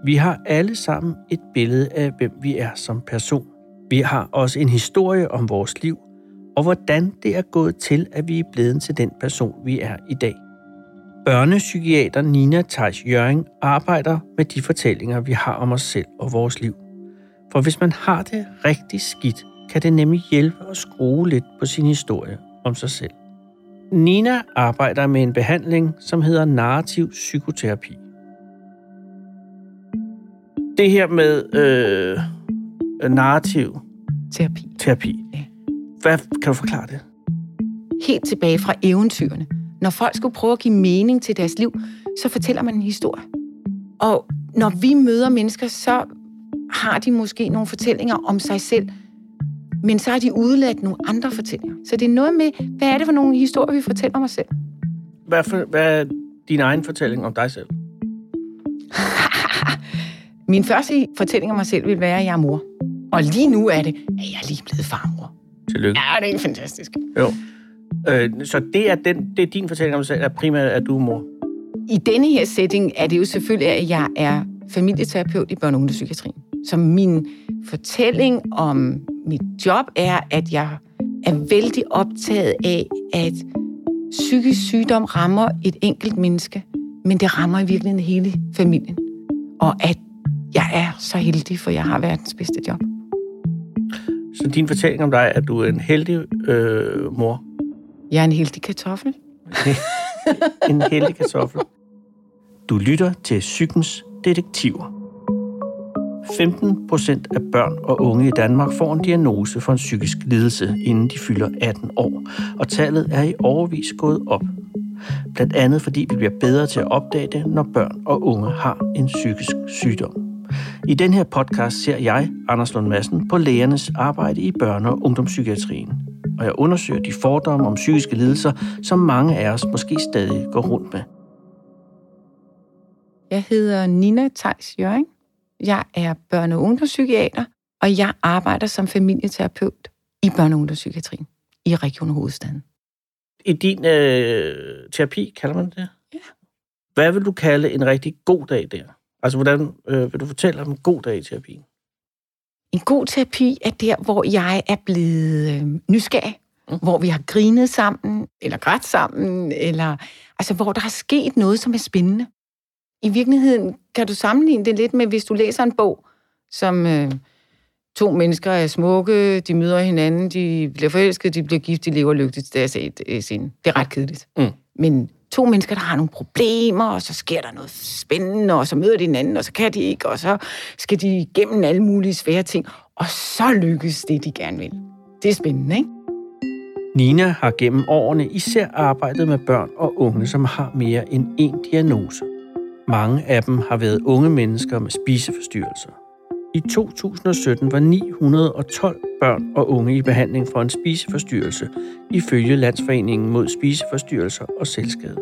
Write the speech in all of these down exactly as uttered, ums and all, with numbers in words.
Vi har alle sammen et billede af, hvem vi er som person. Vi har også en historie om vores liv, og hvordan det er gået til, at vi er blevet til den person, vi er i dag. Børnepsykiater Nina Theis Jørring arbejder med de fortællinger, vi har om os selv og vores liv. For hvis man har det rigtig skidt, kan det nemlig hjælpe at skrue lidt på sin historie om sig selv. Nina arbejder med en behandling, som hedder narrativ psykoterapi. Det her med øh, narrativ terapi. terapi. Ja. Hvad kan du forklare det? Helt tilbage fra eventyrene. Når folk skulle prøve at give mening til deres liv, så fortæller man en historie. Og når vi møder mennesker, så har de måske nogle fortællinger om sig selv, men så har de udladt nogle andre fortællinger. Så det er noget med, hvad er det for nogle historier, vi fortæller om os selv? Hvad, for, hvad er din egen fortælling om dig selv? Min første fortælling om mig selv vil være, at jeg er mor. Og lige nu er det, at jeg er lige blevet farmor. Tillykke. Ja, det er fantastisk. Jo. Øh, så det er, den, det er din fortælling om dig selv, at primært at du er mor? I denne her setting er det jo selvfølgelig, at jeg er familieterapeut i børne- og ungdomspsykiatrien. Så min fortælling om mit job er, at jeg er vældig optaget af, at psykisk sygdom rammer et enkelt menneske, men det rammer i virkeligheden hele familien. Og at jeg er så heldig, for jeg har verdens bedste job. Så din fortælling om dig er, at du er en heldig øh, mor? Jeg er en heldig kartoffel. En heldig kartoffel. Du lytter til Psykens Detektiver. femten procent af børn og unge i Danmark får en diagnose for en psykisk lidelse, inden de fylder atten år, og tallet er i årevis gået op. Blandt andet fordi vi bliver bedre til at opdage det, når børn og unge har en psykisk sygdom. I den her podcast ser jeg, Anders Lund Madsen, på lægernes arbejde i børne- og ungdomspsykiatrien. Og jeg undersøger de fordomme om psykiske lidelser, som mange af os måske stadig går rundt med. Jeg hedder Nina Theis Jørring. Jeg er børne- og ungdomspsykiater, og jeg arbejder som familieterapeut i børne- og ungdomspsykiatrien i Region Hovedstaden. I din øh, terapi, kalder man det? Ja. Hvad vil du kalde en rigtig god dag der? Altså, hvordan øh, vil du fortælle om en god dag i terapien? En god terapi er der, hvor jeg er blevet øh, nysgerrig, mm. hvor vi har grinet sammen, eller grædt sammen, eller altså, hvor der er sket noget, som er spændende. I virkeligheden kan du sammenligne det lidt med, hvis du læser en bog, som øh, to mennesker er smukke, de møder hinanden, de bliver forelsket, de bliver gift, de lever lykkeligt, det er set øh, scene. Det er ret kedeligt. Mm. Men to mennesker, der har nogle problemer, og så sker der noget spændende, og så møder de hinanden, og så kan de ikke, og så skal de igennem alle mulige svære ting, og så lykkes det, de gerne vil. Det er spændende, ikke? Nina har gennem årene især arbejdet med børn og unge, som har mere end én diagnose. Mange af dem har været unge mennesker med spiseforstyrrelser. I to tusind og sytten var ni hundrede og tolv børn og unge i behandling for en spiseforstyrrelse, ifølge Landsforeningen mod spiseforstyrrelser og selvskade.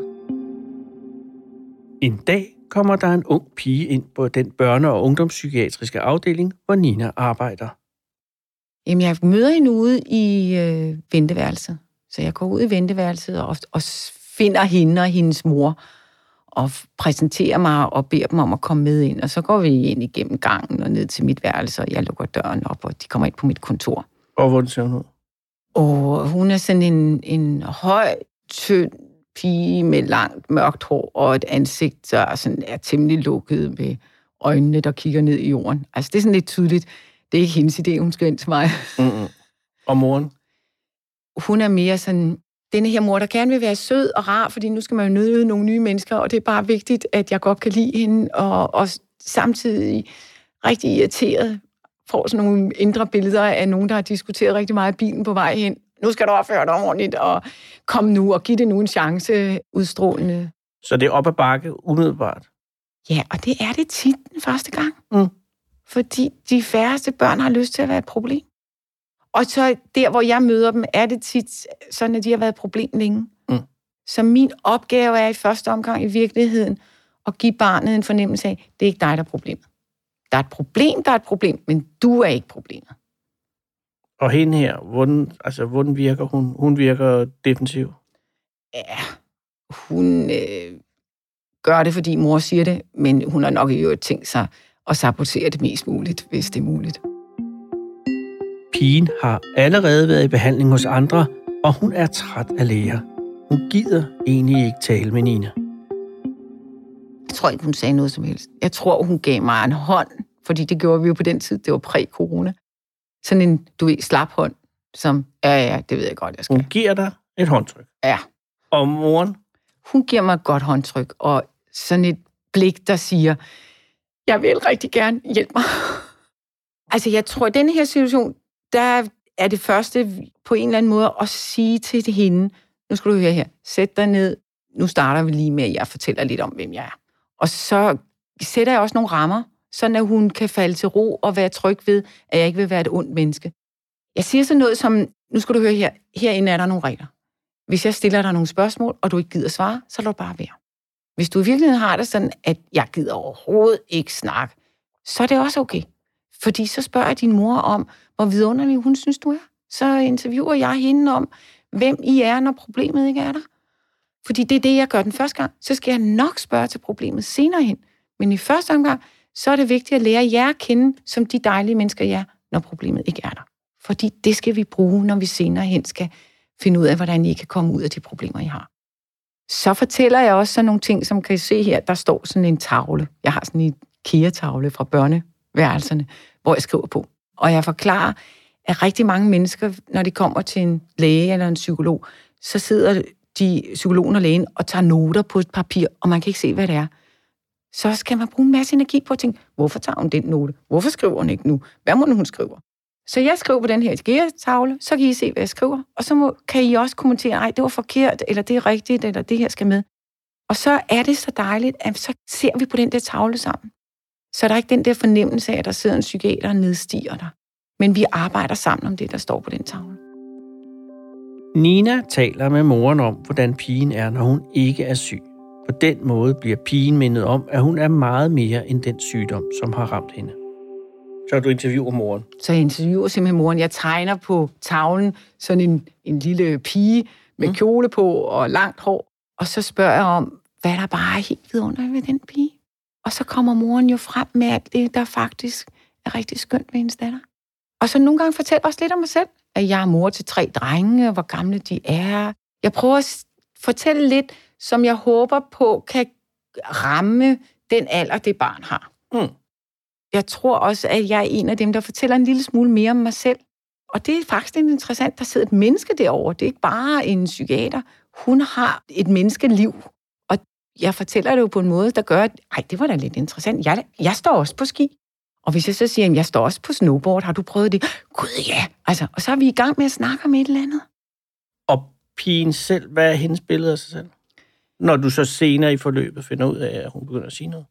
En dag kommer der en ung pige ind på den børne- og ungdomspsykiatriske afdeling, hvor Nina arbejder. Jamen, jeg møder hende ude i øh, venteværelset. Så jeg går ud i venteværelset og, og finder hende og hendes mor, og præsenterer mig og beder dem om at komme med ind. Og så går vi ind igennem gangen og ned til mit værelse, og jeg lukker døren op, og de kommer ind på mit kontor. Og hvordan ser hun ud? Og hun er sådan en, en høj, tynd pige med langt, mørkt hår og et ansigt, der er, sådan, er temmelig lukket med øjnene, der kigger ned i jorden. Altså, det er sådan lidt tydeligt. Det er ikke hendes idé, hun skal ind til mig. Mm-mm. Og moren? Hun er mere sådan... Denne her mor, der gerne vil være sød og rar, fordi nu skal man jo møde nogle nye mennesker, og det er bare vigtigt, at jeg godt kan lide hende, og, og samtidig rigtig irriteret, får sådan nogle indre billeder af nogen, der har diskuteret rigtig meget i bilen på vej hen. Nu skal du opføre dig ordentligt, og kom nu, og giv det nu en chance, udstrålende. Så det er op ad bakke umiddelbart? Ja, og det er det tit den første gang. Mm. Fordi de færreste børn har lyst til at være et problem. Og så der, hvor jeg møder dem, er det tit sådan, at de har været et problem længe. Mm. Så min opgave er i første omgang i virkeligheden at give barnet en fornemmelse af, det er ikke dig, der er problemet. Der er et problem, der er et problem, men du er ikke problemet. Og hende her, hvordan, altså, hvordan virker hun? Hun virker defensiv. Ja, hun øh, gør det, fordi mor siger det, men hun har nok ikke tænkt sig og sabotere det mest muligt, hvis det er muligt. Pigen har allerede været i behandling hos andre, og hun er træt af læger. Hun gider egentlig ikke tale med Nina. Jeg tror ikke, hun sagde noget som helst. Jeg tror, hun gav mig en hånd, fordi det gjorde vi jo på den tid, det var præ-corona. Sådan en, du ved, slap hånd, som, ja, ja, det ved jeg godt, jeg skal. Hun giver dig et håndtryk. Ja. Og moren? Hun giver mig et godt håndtryk, og sådan et blik, der siger, jeg vil rigtig gerne hjælpe mig. Altså, jeg tror, i denne her situation, der er det første på en eller anden måde at sige til det hende, nu skal du høre her, sæt dig ned, nu starter vi lige med, at jeg fortæller lidt om, hvem jeg er. Og så sætter jeg også nogle rammer, sådan at hun kan falde til ro og være tryg ved, at jeg ikke vil være et ondt menneske. Jeg siger så noget som, nu skal du høre her, herinde er der nogle regler. Hvis jeg stiller dig nogle spørgsmål, og du ikke gider svare, så lad du bare være. Hvis du i virkeligheden har det sådan, at jeg gider overhovedet ikke snakke, så er det også okay. Fordi så spørger jeg din mor om, hvor vidunderlig hun synes, du er. Så interviewer jeg hende om, hvem I er, når problemet ikke er der. Fordi det er det, jeg gør den første gang. Så skal jeg nok spørge til problemet senere hen. Men i første omgang, så er det vigtigt at lære jer at kende som de dejlige mennesker, jeg er, når problemet ikke er der. Fordi det skal vi bruge, når vi senere hen skal finde ud af, hvordan I kan komme ud af de problemer, I har. Så fortæller jeg også sådan nogle ting, som kan I se her. Der står sådan en tavle. Jeg har sådan en IKEA-tavle fra børneværelserne, hvor jeg skriver på. Og jeg forklarer, at rigtig mange mennesker, når de kommer til en læge eller en psykolog, så sidder de psykologen og lægen og tager noter på et papir, og man kan ikke se, hvad det er. Så skal man bruge en masse energi på at tænke, hvorfor tager hun den note? Hvorfor skriver hun ikke nu? Hvad må hun skriver? Så jeg skriver på den her IKEA-tavle, så kan I se, hvad jeg skriver, og så må, kan I også kommentere, nej, det var forkert, eller det er rigtigt, eller det her skal med. Og så er det så dejligt, at så ser vi på den der tavle sammen. Så er der ikke den der fornemmelse af, at der sidder en psykiater og nedstiger dig. Men vi arbejder sammen om det, der står på den tavle. Nina taler med moren om, hvordan pigen er, når hun ikke er syg. På den måde bliver pigen mindet om, at hun er meget mere end den sygdom, som har ramt hende. Så du interviewer moren? Så jeg interviewer simpelthen moren. Jeg tegner på tavlen sådan en, en lille pige med mm. kjole på og langt hår. Og så spørger jeg om, hvad der bare er helt vidunderligt ved den pige. Og så kommer moren jo frem med, at det der faktisk er rigtig skønt ved hendes datter. Og så nogle gange fortæller jeg også lidt om mig selv, at jeg er mor til tre drenge, hvor gamle de er. Jeg prøver at fortælle lidt, som jeg håber på kan ramme den alder, det barn har. Mm. Jeg tror også, at jeg er en af dem, der fortæller en lille smule mere om mig selv. Og det er faktisk lidt interessant, der sidder et menneske derovre. Det er ikke bare en psykiater. Hun har et menneskeliv. Og jeg fortæller det jo på en måde, der gør, at ej, det var da lidt interessant. Jeg, jeg står også på ski. Og hvis jeg så siger, at jeg står også på snowboard, har du prøvet det? Gud ja! Altså, og så er vi i gang med at snakke om et eller andet. Og pigen selv, hvad er hendes billede af sig selv? Når du så senere i forløbet finder ud af, at hun begynder at sige noget.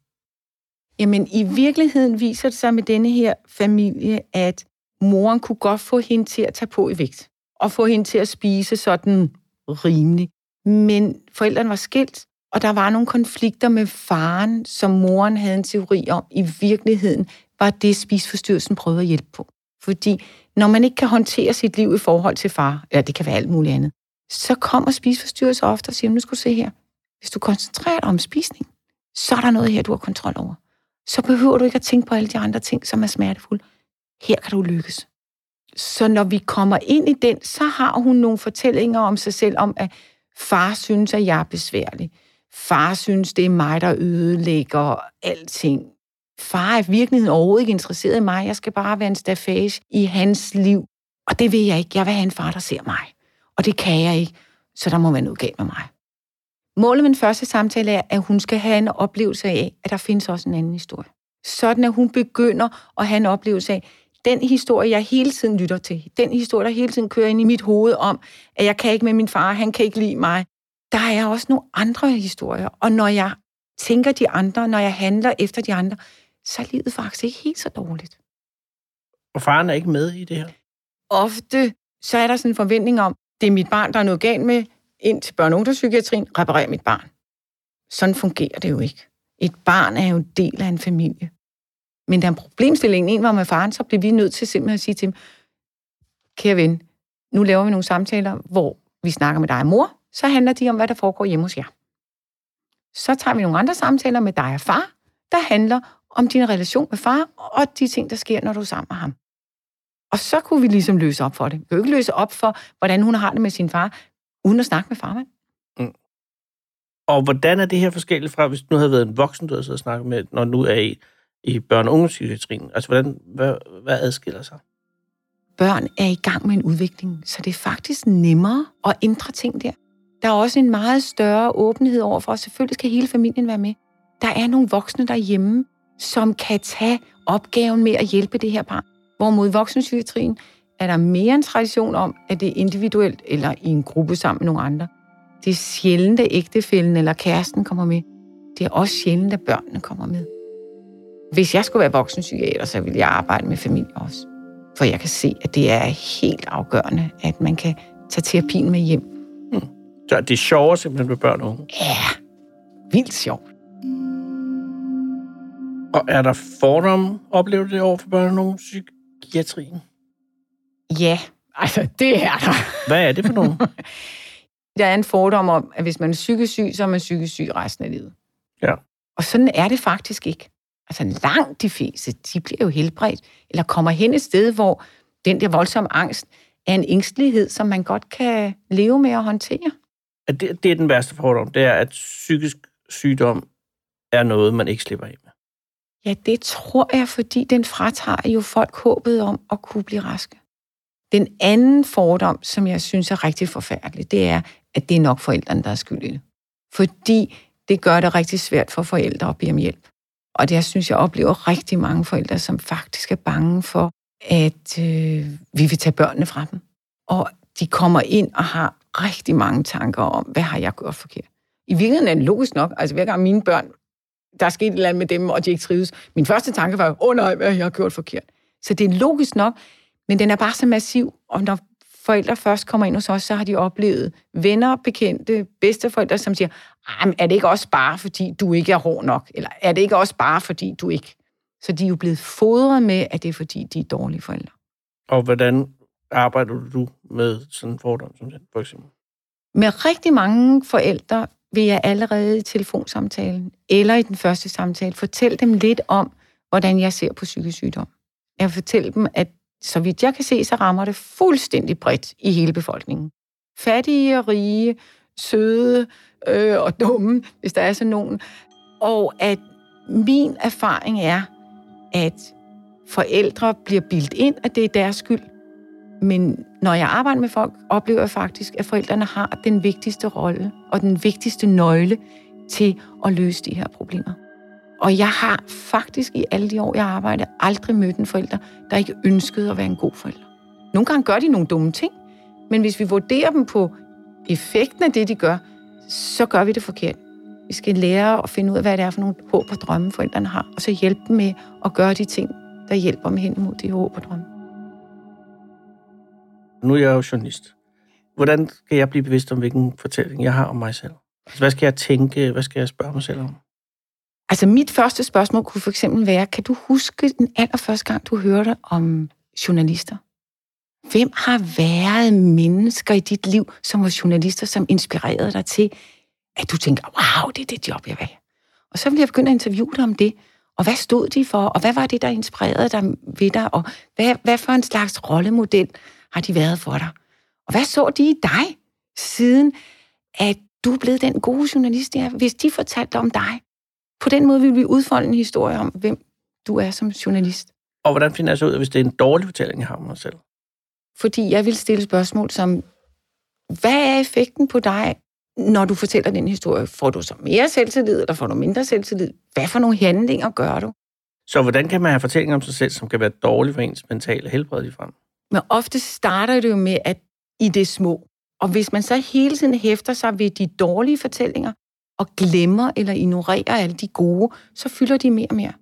Jamen, i virkeligheden viser det sig med denne her familie, at moren kunne godt få hende til at tage på i vægt. Og få hende til at spise sådan rimeligt. Men forældrene var skilt, og der var nogle konflikter med faren, som moren havde en teori om. I virkeligheden var det, spiseforstyrrelsen prøvede at hjælpe på. Fordi når man ikke kan håndtere sit liv i forhold til far, eller det kan være alt muligt andet, så kommer spiseforstyrrelser ofte og siger, nu skal du se her. Hvis du koncentrerer dig om spisning, så er der noget her, du har kontrol over. Så behøver du ikke at tænke på alle de andre ting, som er smertefulde. Her kan du lykkes. Så når vi kommer ind i den, så har hun nogle fortællinger om sig selv, om at far synes, at jeg er besværlig. Far synes, det er mig, der ødelægger alting. Far er i virkeligheden overhovedet ikke interesseret i mig. Jeg skal bare være en staffage i hans liv. Og det vil jeg ikke. Jeg vil have en far, der ser mig. Og det kan jeg ikke. Så der må være noget galt med mig. Målet med den første samtale er, at hun skal have en oplevelse af, at der findes også en anden historie. Sådan at hun begynder at have en oplevelse af, den historie, jeg hele tiden lytter til, den historie, der hele tiden kører ind i mit hoved om, at jeg kan ikke med min far, han kan ikke lide mig. Der er også nogle andre historier, og når jeg tænker de andre, når jeg handler efter de andre, så er livet faktisk ikke helt så dårligt. Og faren er ikke med i det her? Ofte så er der sådan en forventning om, det er mit barn, der er noget galt med, ind til børne- og ungdomspsykiatrien, reparerer mit barn. Sådan fungerer det jo ikke. Et barn er jo en del af en familie. Men der er en problemstilling, en var med faren, så bliver vi nødt til simpelthen at sige til ham, kære ven, nu laver vi nogle samtaler, hvor vi snakker med dig og mor, så handler de om, hvad der foregår hjemme hos jer. Så tager vi nogle andre samtaler med dig og far, der handler om din relation med far, og de ting, der sker, når du er sammen med ham. Og så kunne vi ligesom løse op for det. Vi kan jo ikke løse op for, hvordan hun har det med sin far, uden at snakke med farmand. Mm. Og hvordan er det her forskelligt fra, hvis du nu havde været en voksen, du havde siddet og snakket med, når du nu er i, i børne- og ungdomspsykiatrien? Altså, hvordan, hvad, hvad adskiller sig? Børn er i gang med en udvikling, så det er faktisk nemmere at ændre ting der. Der er også en meget større åbenhed overfor, og selvfølgelig skal hele familien være med. Der er nogle voksne derhjemme, som kan tage opgaven med at hjælpe det her barn. Hvorimod i voksenpsykiatrien er der mere en tradition om, at det er individuelt eller i en gruppe sammen med nogle andre. Det er sjældent, at ægtefællen eller kæresten kommer med. Det er også sjældent, at børnene kommer med. Hvis jeg skulle være voksenpsykiater, så ville jeg arbejde med familie også. For jeg kan se, at det er helt afgørende, at man kan tage terapien med hjem. Hmm. Så det er sjovere simpelthen med børn og unge? Ja, vildt sjovt. Og er der fordomme, oplever du det over for børn og unge psykiatrien? Ja, altså det er der. Hvad er det for nogen? Der er en fordom om, at hvis man er psykisk syg, så er man psykisk syg resten af livet. Ja. Og sådan er det faktisk ikke. Altså langt de fleste, de bliver jo helbredt, eller kommer hen et sted, hvor den der voldsomme angst er en ængstelighed, som man godt kan leve med og håndtere. Det, det er den værste fordom, det er, at psykisk sygdom er noget, man ikke slipper af med. Ja, det tror jeg, fordi den fratager jo folk håbet om at kunne blive raske. Den anden fordom, som jeg synes er rigtig forfærdelig, det er, at det er nok forældrene, der er skyld i det. Fordi det gør det rigtig svært for forældre at bede om hjælp. Og det, jeg synes, jeg oplever rigtig mange forældre, som faktisk er bange for, at øh, vi vil tage børnene fra dem. Og de kommer ind og har rigtig mange tanker om, hvad har jeg gjort forkert. I virkeligheden er det logisk nok. Altså hver gang mine børn, der er sket et eller andet med dem, og de ikke trives. Min første tanke var, åh oh, nej, hvad har jeg gjort forkert? Så det er logisk nok, men den er bare så massiv. Og når forældre først kommer ind hos os, så har de oplevet venner, bekendte, bedsteforældre, som siger, er det ikke også bare, fordi du ikke er hård nok? Eller er det ikke også bare, fordi du ikke? Så de er jo blevet fodret med, at det er, fordi de er dårlige forældre. Og hvordan arbejder du med sådan en fordom, som den, for eksempel? Med rigtig mange forældre vil jeg allerede i telefonsamtalen, eller i den første samtale, fortælle dem lidt om, hvordan jeg ser på psykisk sygdom. Jeg fortæller dem, at så vidt jeg kan se, så rammer det fuldstændig bredt i hele befolkningen. Fattige og rige, søde øh, og dumme, hvis der er sådan nogen. Og at min erfaring er, at forældre bliver bildt ind, at det er deres skyld. Men når jeg arbejder med folk, oplever jeg faktisk, at forældrene har den vigtigste rolle og den vigtigste nøgle til at løse de her problemer. Og jeg har faktisk i alle de år, jeg arbejder, aldrig mødt en forælder, der ikke ønskede at være en god forælder. Nogle gange gør de nogle dumme ting, men hvis vi vurderer dem på effekten af det, de gør, så gør vi det forkert. Vi skal lære at finde ud af, hvad det er for nogle håb og drømme, forældrene har, og så hjælpe dem med at gøre de ting, der hjælper dem hen imod de håb og drømme. Nu er jeg jo journalist. Hvordan skal jeg blive bevidst om, hvilken fortælling jeg har om mig selv? Altså, hvad skal jeg tænke? Hvad skal jeg spørge mig selv om? Altså, mit første spørgsmål kunne for eksempel være, kan du huske den allerførste gang, du hørte om journalister? Hvem har været mennesker i dit liv, som var journalister, som inspirerede dig til, at du tænker, wow, det er det job, jeg vil have. Og så vil jeg begynde at interviewe dig om det. Og hvad stod de for? Og hvad var det, der inspirerede dig ved dig? Og hvad, hvad for en slags rollemodel har de været for dig? Og hvad så de i dig, siden at du er blevet den gode journalist, der, hvis de fortalte om dig? På den måde vil vi udfolde en historie om, hvem du er som journalist. Og hvordan finder jeg så ud af, hvis det er en dårlig fortælling, jeg har om mig selv? Fordi jeg vil stille spørgsmål som, hvad er effekten på dig, når du fortæller den historie? Får du så mere selvtillid, eller får du mindre selvtillid? Hvad for nogle handlinger gør du? Så hvordan kan man have fortællinger om sig selv, som kan være dårlige for ens mentale helbred lige frem? Men ofte starter det jo med, at i det små. Og hvis man så hele tiden hæfter sig ved de dårlige fortællinger, og glemmer eller ignorerer alle de gode, så fylder de mere og mere.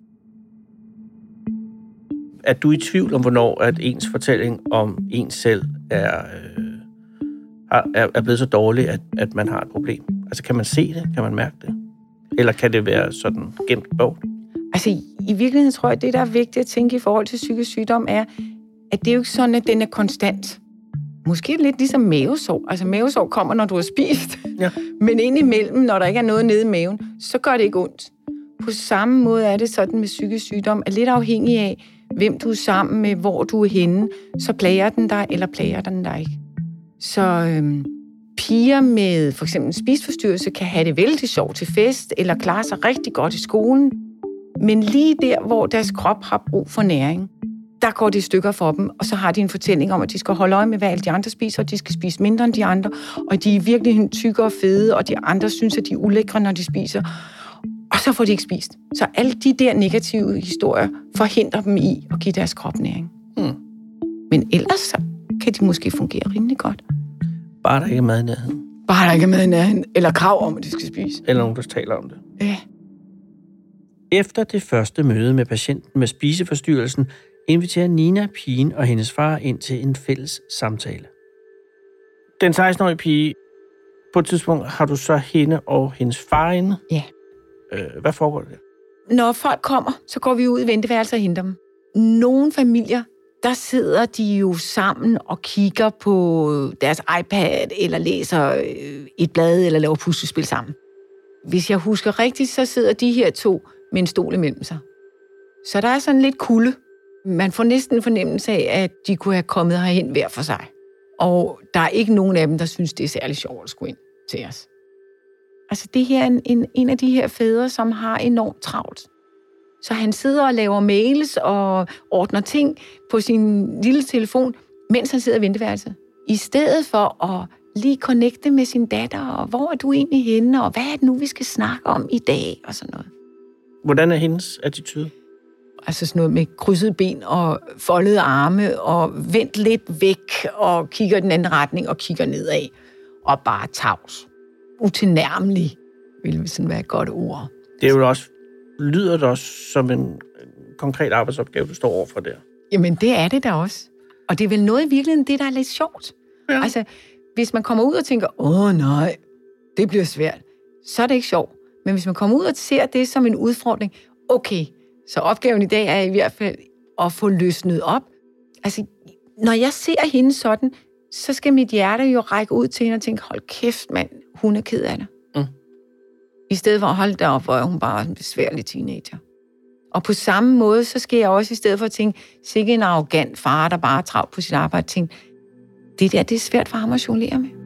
Er du i tvivl om, hvornår at ens fortælling om ens selv er, øh, er, er blevet så dårlig, at, at man har et problem? Altså, kan man se det? Kan man mærke det? Eller kan det være sådan gemt bort? Altså, i virkeligheden tror jeg, at det, der er vigtigt at tænke i forhold til psykisk sygdom, er, at det er jo ikke sådan, at den er konstant. Måske lidt ligesom mavesår. Altså, mavesår kommer, når du har spist. Ja. Men indimellem, når der ikke er noget nede i maven, så gør det ikke ondt. På samme måde er det sådan med psykisk sygdom, at lidt afhængig af, hvem du er sammen med, hvor du er henne, så plager den dig, eller plager den dig ikke. Så øhm, piger med for eksempel en spiseforstyrrelse kan have det vældig sjovt til fest, eller klare sig rigtig godt i skolen. Men lige der, hvor deres krop har brug for næring, der går det i stykker for dem, og så har de en fortælling om, at de skal holde øje med, hvad alle de andre spiser, og de skal spise mindre end de andre, og de er virkelig tykke og fede, og de andre synes, at de er ulækre, når de spiser. Og så får de ikke spist. Så alle de der negative historier forhindrer dem i at give deres krop næring. Hmm. Men ellers så kan de måske fungere rimelig godt. Bare der ikke er mad i nærheden. Bare der ikke er mad i nærheden, eller krav om, at de skal spise. Eller nogen, der taler om det. Ja. Efter det første møde med patienten med spiseforstyrrelsen, inviterer Nina pigen og hendes far ind til en fælles samtale. Den seksten-årige pige, på et tidspunkt har du så hende og hendes far inde. Ja. Øh, hvad foregår der? Når folk kommer, så går vi ud i venteværelset og henter dem. Nogle familier, der sidder de jo sammen og kigger på deres iPad, eller læser et blad, eller laver puslespil sammen. Hvis jeg husker rigtigt, så sidder de her to med en stol imellem sig. Så der er sådan lidt kulde. Man får næsten en fornemmelse af, at de kunne have kommet herhen hver for sig. Og der er ikke nogen af dem, der synes, det er særlig sjovt at skulle ind til os. Altså det her er en, en, en af de her fædre, som har enormt travlt. Så han sidder og laver mails og ordner ting på sin lille telefon, mens han sidder i venteværelset. I stedet for at lige connecte med sin datter, og hvor er du egentlig henne, og hvad er det nu, vi skal snakke om i dag, og sådan noget. Hvordan er hendes attitude? Altså sådan noget med krydsede ben og foldede arme, og vendt lidt væk, og kigger i den anden retning, og kigger nedad, og bare tavs. Utilnærmelig, vil sådan være et godt ord. Det er jo også, lyder det også som en konkret arbejdsopgave, du står overfor der? Jamen, det er det da også. Og det er vel noget i virkeligheden, det der er lidt sjovt. Ja. Altså, hvis man kommer ud og tænker, åh nej, det bliver svært, så er det ikke sjovt. Men hvis man kommer ud og ser det som en udfordring, okay, så opgaven i dag er i hvert fald at få løsnet op. Altså, når jeg ser hende sådan, så skal mit hjerte jo række ud til hende og tænke, hold kæft mand, hun er ked af det. Mm. I stedet for at holde derop, hvor hun bare er en besværlig teenager. Og på samme måde, så skal jeg også i stedet for at tænke, sikke en arrogant far, der bare er travlt på sit arbejde, tænke, det der, det er svært for ham at jonglere med.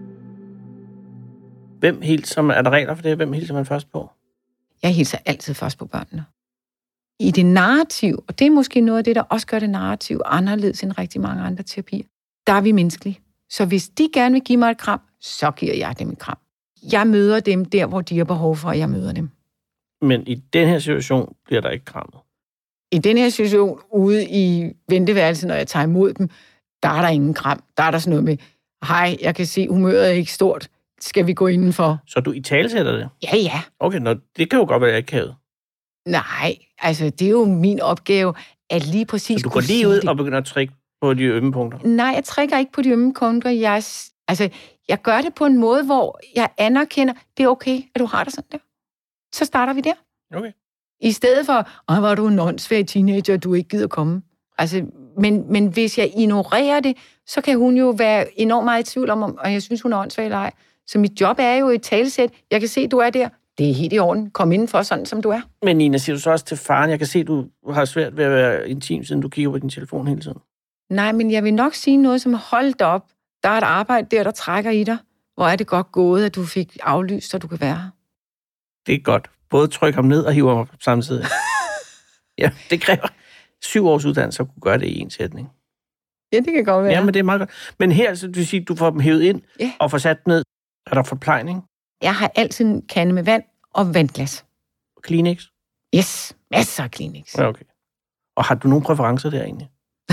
Hvem hilser man, er der regler for det? Hvem hilser man først på? Jeg hilser altid først på børnene. I det narrativ, og det er måske noget af det, der også gør det narrativ anderledes end rigtig mange andre terapier, der er vi menneskelige. Så hvis de gerne vil give mig et kram, så giver jeg dem et kram. Jeg møder dem der, hvor de har behov for, at jeg møder dem. Men i den her situation bliver der ikke krammet? I den her situation, ude i venteværelset, når jeg tager imod dem, der er der ingen kram. Der er der sådan noget med, hej, jeg kan se, humøret er ikke stort. Skal vi gå indenfor? Så du italesætter det? Ja, ja. Okay, nå, det kan jo godt være, ikke havet. Nej, altså det er jo min opgave, at lige præcis... Så du går lige ud det. Og begynder at trække på de ømme punkter? Nej, jeg trækker ikke på de ømme punkter. Jeg, altså, jeg gør det på en måde, hvor jeg anerkender, det er okay, at du har det sådan der. Så starter vi der. Okay. I stedet for, åh, hvor er du en åndssvag teenager, du ikke gider komme. Altså, men, men hvis jeg ignorerer det, så kan hun jo være enormt meget i tvivl om, og jeg synes, hun er åndssvag eller ej. Så mit job er jo et talesæt. Jeg kan se, du er der. Det er helt i orden. Kom indenfor, sådan som du er. Men Nina, siger du så også til faren, jeg kan se, du har svært ved at være intim, siden du kigger på din telefon hele tiden? Nej, men jeg vil nok sige noget som, hold da op. Der er et arbejde der, der trækker i dig. Hvor er det godt gået, at du fik aflyst, så du kan være her. Det er godt. Både trykke ham ned og hive ham op samtidig. Ja, det kræver syv års uddannelse at kunne gøre det i en sætning. Ja, det kan godt være. Ja, men det er meget godt. Men her, så du vil sige, du får dem hævet ind ja. Og får sat ned. Er der forplejning? Jeg har altid en kande med vand og vandglas. Kleenex? Yes, masser af Kleenex. Ja, okay. Og har du nogle præferencer der egentlig?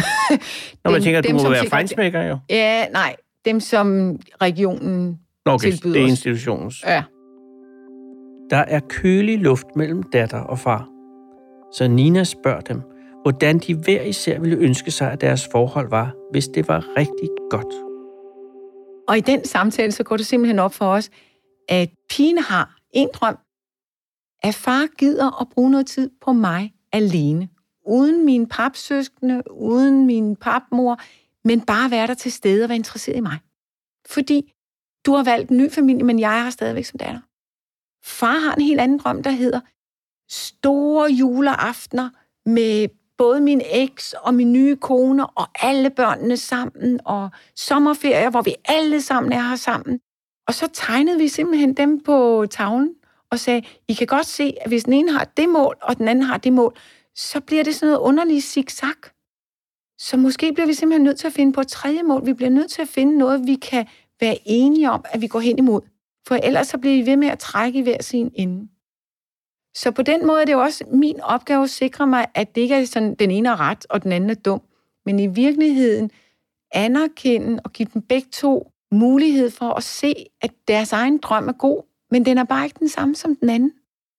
Når man tænker, at du må være fejnsmækker, jo. Ja, nej. Dem, som regionen okay, tilbyder det er os. institutionens. Ja. Der er kølig luft mellem datter og far. Så Nina spørger dem, hvordan de hver især ville ønske sig, at deres forhold var, hvis det var rigtig godt. Og i den samtale, så går det simpelthen op for os, at pigen har en drøm, at far gider at bruge noget tid på mig alene. Uden mine papsøskende, uden min papmor, men bare være der til stede og være interesseret i mig. Fordi du har valgt en ny familie, men jeg har stadigvæk som datter. Far har en helt anden drøm, der hedder, store juleaftener med både min eks og min nye kone og alle børnene sammen, og sommerferier, hvor vi alle sammen er her sammen. Og så tegnede vi simpelthen dem på tavlen og sagde, I kan godt se, at hvis den ene har det mål, og den anden har det mål, så bliver det sådan noget underligt zigzag. Så måske bliver vi simpelthen nødt til at finde på et tredje mål. Vi bliver nødt til at finde noget, vi kan være enige om, at vi går hen imod. For ellers så bliver I ved med at trække i hver sin ende. Så på den måde er det jo også min opgave at sikre mig, at det ikke er sådan, den ene er ret, og den anden er dum. Men i virkeligheden anerkende og give dem begge to mulighed for at se, at deres egen drøm er god, men den er bare ikke den samme som den anden.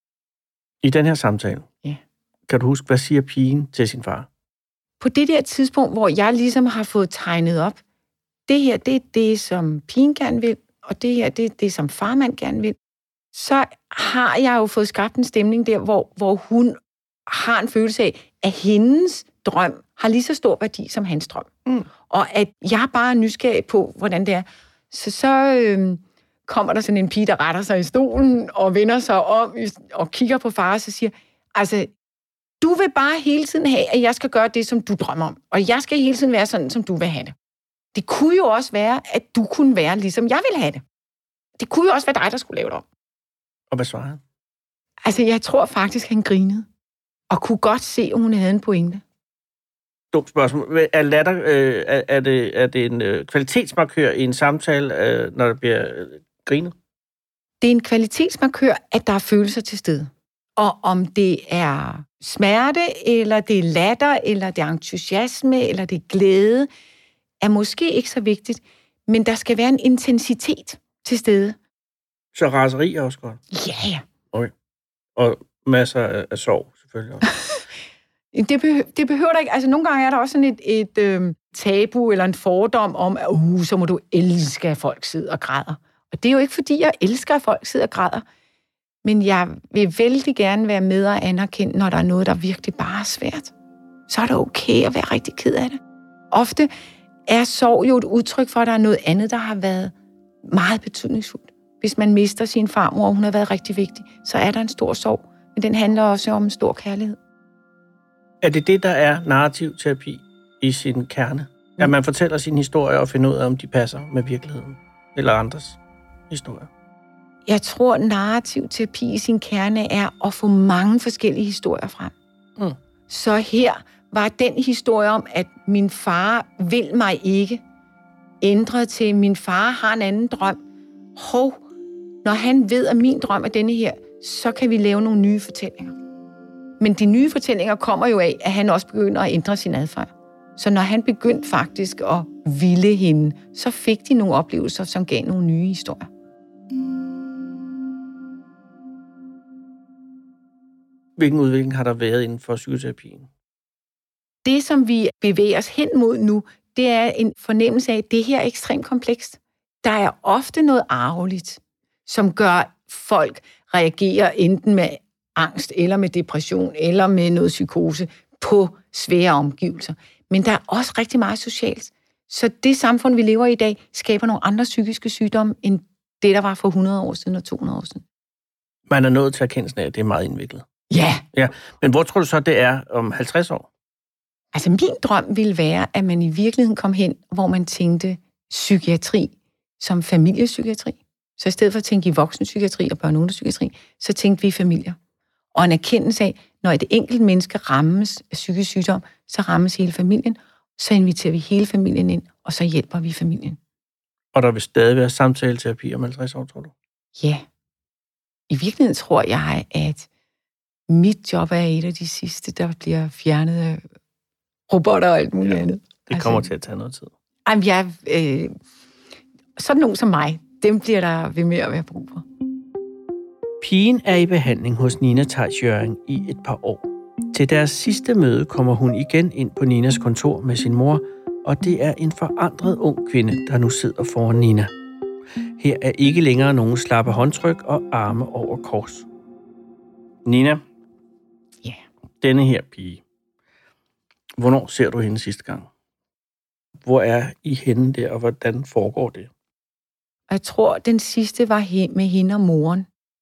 I den her samtale, ja. Kan du huske, hvad siger pigen til sin far? På det der tidspunkt, hvor jeg ligesom har fået tegnet op, det her, det er det, som pigen gerne vil, og det her, det er det, som farmand gerne vil, så har jeg jo fået skabt en stemning der, hvor, hvor hun har en følelse af, at hendes drøm har lige så stor værdi som hans drøm. Mm. Og at jeg bare er nysgerrig på, hvordan det er. Så så øh, kommer der sådan en pige, der retter sig i stolen og vender sig om og kigger på far og så siger, altså, du vil bare hele tiden have, at jeg skal gøre det, som du drømmer om. Og jeg skal hele tiden være sådan, som du vil have det. Det kunne jo også være, at du kunne være, ligesom jeg ville have det. Det kunne jo også være dig, der skulle lave det om. Og hvad svarede han? Altså, jeg tror faktisk, han grinede. Og kunne godt se, at hun havde en pointe. Dumt spørgsmål. Er latter, øh, er, er, det, er det en øh, kvalitetsmarkør i en samtale, øh, når der bliver øh, grinet? Det er en kvalitetsmarkør, at der er følelser til stede. Og om det er smerte, eller det er latter, eller det er entusiasme, eller det er glæde, er måske ikke så vigtigt, men der skal være en intensitet til stede. Så raseri er også godt? Ja, ja. Okay. Og masser af, af sorg, selvfølgelig også. det, behøver, det behøver der ikke. Altså, nogle gange er der også sådan et, et øh, tabu eller en fordom om, at uh, så må du elske, at folk sidder og græder. Og det er jo ikke, fordi jeg elsker, at folk sidder og græder. Men jeg vil vældig gerne være med og anerkende, når der er noget, der virkelig bare er svært. Så er det okay at være rigtig ked af det. Ofte er sorg jo et udtryk for, at der er noget andet, der har været meget betydningsfuldt. Hvis man mister sin farmor, og hun har været rigtig vigtig, så er der en stor sorg. Men den handler også om en stor kærlighed. Er det det, der er narrativterapi i sin kerne? Mm. At man fortæller sin historie og finder ud af, om de passer med virkeligheden? Eller andres historier? Jeg tror, at narrativterapi i sin kerne er at få mange forskellige historier frem. Mm. Så her var den historie om, at min far vil mig ikke, ændret til, min far har en anden drøm. Hov, når han ved, at min drøm er denne her, så kan vi lave nogle nye fortællinger. Men de nye fortællinger kommer jo af, at han også begynder at ændre sin adfærd. Så når han begyndte faktisk at ville hende, så fik de nogle oplevelser, som gav nogle nye historier. Hvilken udvikling har der været inden for psykoterapien? Det, som vi bevæger os hen mod nu, det er en fornemmelse af, at det her er ekstremt komplekst. Der er ofte noget arveligt, som gør folk reagere enten med angst, eller med depression, eller med noget psykose på svære omgivelser. Men der er også rigtig meget socialt. Så det samfund, vi lever i i dag, skaber nogle andre psykiske sygdomme, end det, der var for hundrede år siden og to hundrede år siden. Man er nået til erkendelsen af, at det er meget indviklet. Ja. ja. Men hvor tror du så, det er om halvtreds år? Altså, min drøm ville være, at man i virkeligheden kom hen, hvor man tænkte psykiatri som familiepsykiatri. Så i stedet for at tænke i voksenpsykiatri og børne- og ungdomspsykiatri, så tænkte vi i familier. Og en erkendelse af, når et enkelt menneske rammes af psykisk sygdom, så rammes hele familien, så inviterer vi hele familien ind, og så hjælper vi familien. Og der vil stadig være samtaleterapi om halvtreds år, tror du? Ja. I virkeligheden tror jeg, at mit job er et af de sidste, der bliver fjernet af robotter og alt muligt ja, andet. Det kommer altså, til at tage noget tid. Jamen, jeg, øh, sådan nogen som mig, dem bliver der ved med at være brug for. Pigen er i behandling hos Nina Theis Jørgen i et par år. Til deres sidste møde kommer hun igen ind på Ninas kontor med sin mor, og det er en forandret ung kvinde, der nu sidder foran Nina. Her er ikke længere nogen slappe håndtryk og arme over kors. Nina, ja. Denne her pige, hvornår ser du hende sidste gang? Hvor er I henne der, og hvordan foregår det? Jeg tror, den sidste var med hende og moren.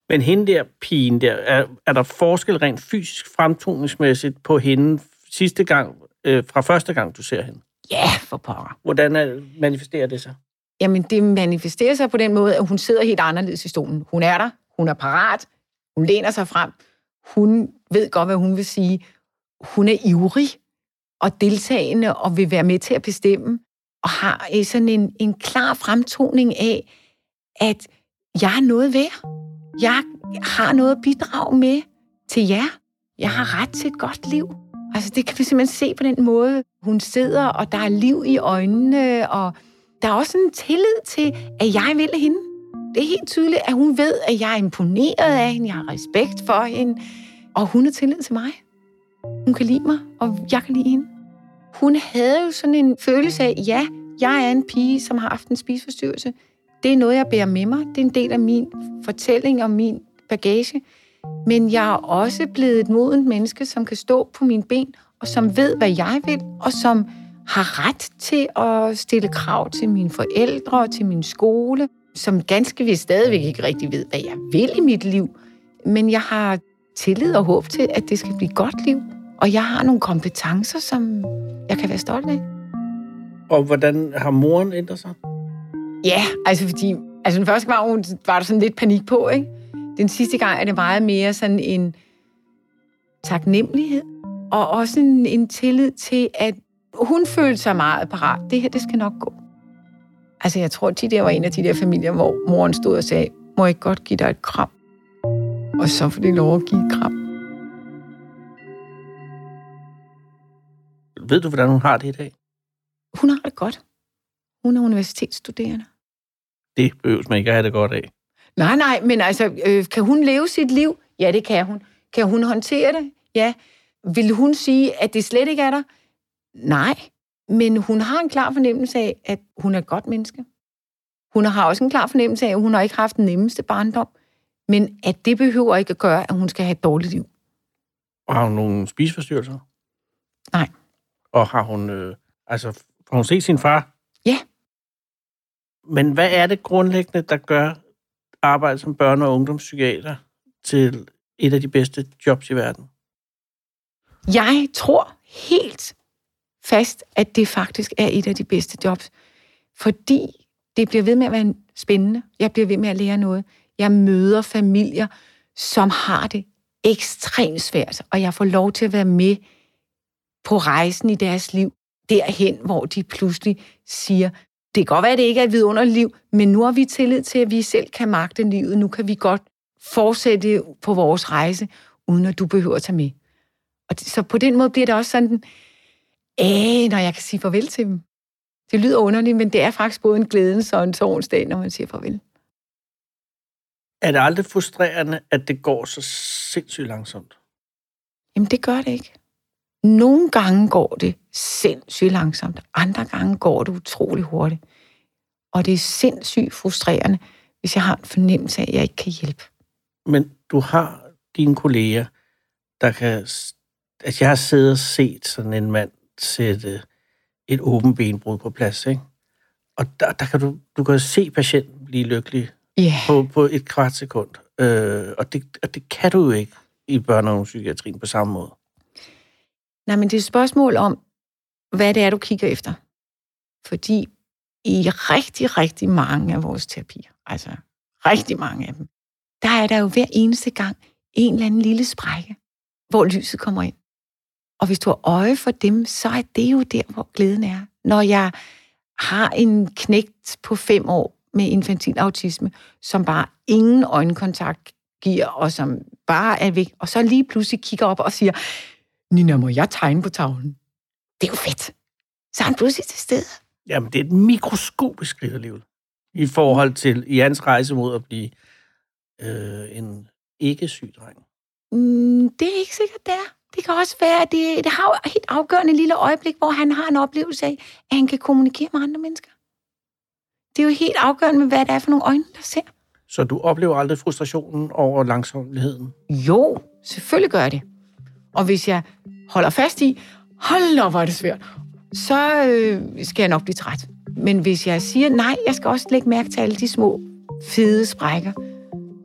Men hende der, pigen der, er, er der forskel rent fysisk fremtoningsmæssigt på hende sidste gang, øh, fra første gang, du ser hende? Ja, for pokker. Hvordan er, manifesterer det sig? Jamen, det manifesterer sig på den måde, at hun sidder helt anderledes i stolen. Hun er der, hun er parat, hun læner sig frem, hun ved godt, hvad hun vil sige. Hun er ivrig og deltagende og vil være med til at bestemme, og har sådan en, en klar fremtoning af, at jeg er noget værd. Jeg har noget at bidrage med til jer. Jeg har ret til et godt liv. Altså, det kan vi simpelthen se på den måde, hun sidder, og der er liv i øjnene, og der er også en tillid til, at jeg vil hende. Det er helt tydeligt, at hun ved, at jeg er imponeret af hende, jeg har respekt for hende, og hun har tillid til mig. Hun kan lide mig, og jeg kan lide hende. Hun havde jo sådan en følelse af, ja, jeg er en pige, som har haft en spiseforstyrrelse. Det er noget, jeg bærer med mig. Det er en del af min fortælling og min bagage. Men jeg er også blevet et modent menneske, som kan stå på mine ben, og som ved, hvad jeg vil, og som har ret til at stille krav til mine forældre og til min skole, som ganske vist stadigvæk ikke rigtig ved, hvad jeg vil i mit liv. Men jeg har tillid og håb til, at det skal blive et godt liv. Og jeg har nogle kompetencer, som jeg kan være stolt af. Og hvordan har moren ændret sig? Ja, altså fordi... Altså den første gang var der sådan lidt panik på, ikke? Den sidste gang er det meget mere sådan en taknemmelighed, og også en, en tillid til, at hun følte sig meget parat. Det her, det skal nok gå. Altså jeg tror, at de der var en af de der familier, hvor moren stod og sagde, må jeg godt give dig et kram? Og så får det lov at give et kram. Ved du, hvordan hun har det i dag? Hun har det godt. Hun er universitetsstuderende. Det behøves man ikke at have det godt af. Nej, nej, men altså, øh, kan hun leve sit liv? Ja, det kan hun. Kan hun håndtere det? Ja. Vil hun sige, at det slet ikke er der? Nej. Men hun har en klar fornemmelse af, at hun er et godt menneske. Hun har også en klar fornemmelse af, at hun har ikke haft den nemmeste barndom. Men at det behøver ikke at gøre, at hun skal have et dårligt liv. Og har hun nogle spiseforstyrrelser? Nej. Og har hun, øh, altså, har hun set sin far? Ja. Men hvad er det grundlæggende, der gør arbejde som børne- og ungdomspsykiater til et af de bedste jobs i verden? Jeg tror helt fast, at det faktisk er et af de bedste jobs. Fordi det bliver ved med at være spændende. Jeg bliver ved med at lære noget. Jeg møder familier, som har det ekstremt svært, og jeg får lov til at være med på rejsen i deres liv, derhen, hvor de pludselig siger, det kan godt være, at det ikke er et vidunderligt liv, men nu har vi tillid til, at vi selv kan magte livet. Nu kan vi godt fortsætte på vores rejse, uden at du behøver at tage med. Og så på den måde bliver det også sådan, æh, når jeg kan sige farvel til dem. Det lyder underligt, men det er faktisk både en glædens og en tårnsdag, når man siger farvel. Er det aldrig frustrerende, at det går så sindssygt langsomt? Jamen, det gør det ikke. Nogle gange går det sindssygt langsomt, andre gange går det utrolig hurtigt. Og det er sindssygt frustrerende, hvis jeg har en fornemmelse af, at jeg ikke kan hjælpe. Men du har dine kolleger, der kan... Altså, jeg har siddet og set sådan en mand sætte et åbent benbrud på plads, ikke? Og der, der kan du, du kan se patienten blive lykkelig yeah. på, på et kvart sekund. Øh, og, det, og det kan du jo ikke i børne- og psykiatrien på samme måde. Nej, men det er et spørgsmål om, hvad det er, du kigger efter. Fordi i rigtig, rigtig mange af vores terapier, altså rigtig mange af dem, der er der jo hver eneste gang en eller anden lille sprække, hvor lyset kommer ind. Og hvis du har øje for dem, så er det jo der, hvor glæden er. Når jeg har en knægt på fem år med infantil autisme, som bare ingen øjenkontakt giver, og som bare er væk, og så lige pludselig kigger op og siger, Nina, må jeg tegne på tavlen? Det er jo fedt. Så er han pludselig til stede. Jamen, det er et mikroskopisk skridt alligevel. I forhold til i hans rejse mod at blive øh, en ikke-syg dreng. Mm, det er ikke sikkert, det er. Det kan også være, at det, det har et helt afgørende lille øjeblik, hvor han har en oplevelse af, at han kan kommunikere med andre mennesker. Det er jo helt afgørende med, hvad det er for nogle øjne, der ser. Så du oplever aldrig frustrationen over langsomligheden? Jo, selvfølgelig gør jeg det. Og hvis jeg holder fast i, hold op, hvor er det svært, så øh, skal jeg nok blive træt. Men hvis jeg siger, nej, jeg skal også lægge mærke til alle de små, fede sprækker,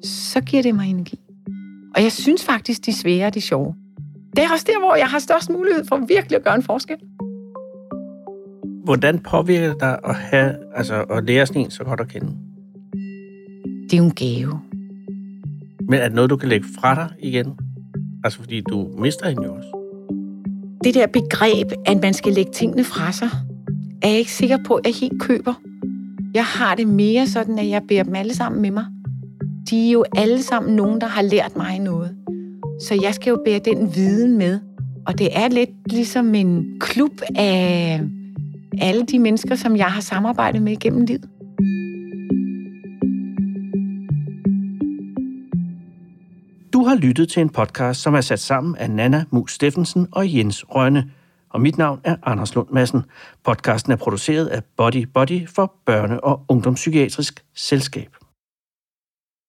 så giver det mig energi. Og jeg synes faktisk, de svære er de sjove. Det er også der, hvor jeg har størst mulighed for virkelig at gøre en forskel. Hvordan påvirker det dig at, have, altså, at lære sådan en så godt at kende? Det er jo en gave. Men er det noget, du kan lægge fra dig igen? Altså, fordi du mister hende jo også. Det der begreb, at man skal lægge tingene fra sig, er jeg ikke sikker på, at jeg helt køber. Jeg har det mere sådan, at jeg bærer dem alle sammen med mig. De er jo alle sammen nogen, der har lært mig noget. Så jeg skal jo bære den viden med. Og det er lidt ligesom en klub af alle de mennesker, som jeg har samarbejdet med gennem livet. Du har lyttet til en podcast, som er sat sammen af Nanna Mus Steffensen og Jens Rønne. Og mit navn er Anders Lund Madsen. Podcasten er produceret af Body Body for Børne- og Ungdomspsykiatrisk Selskab.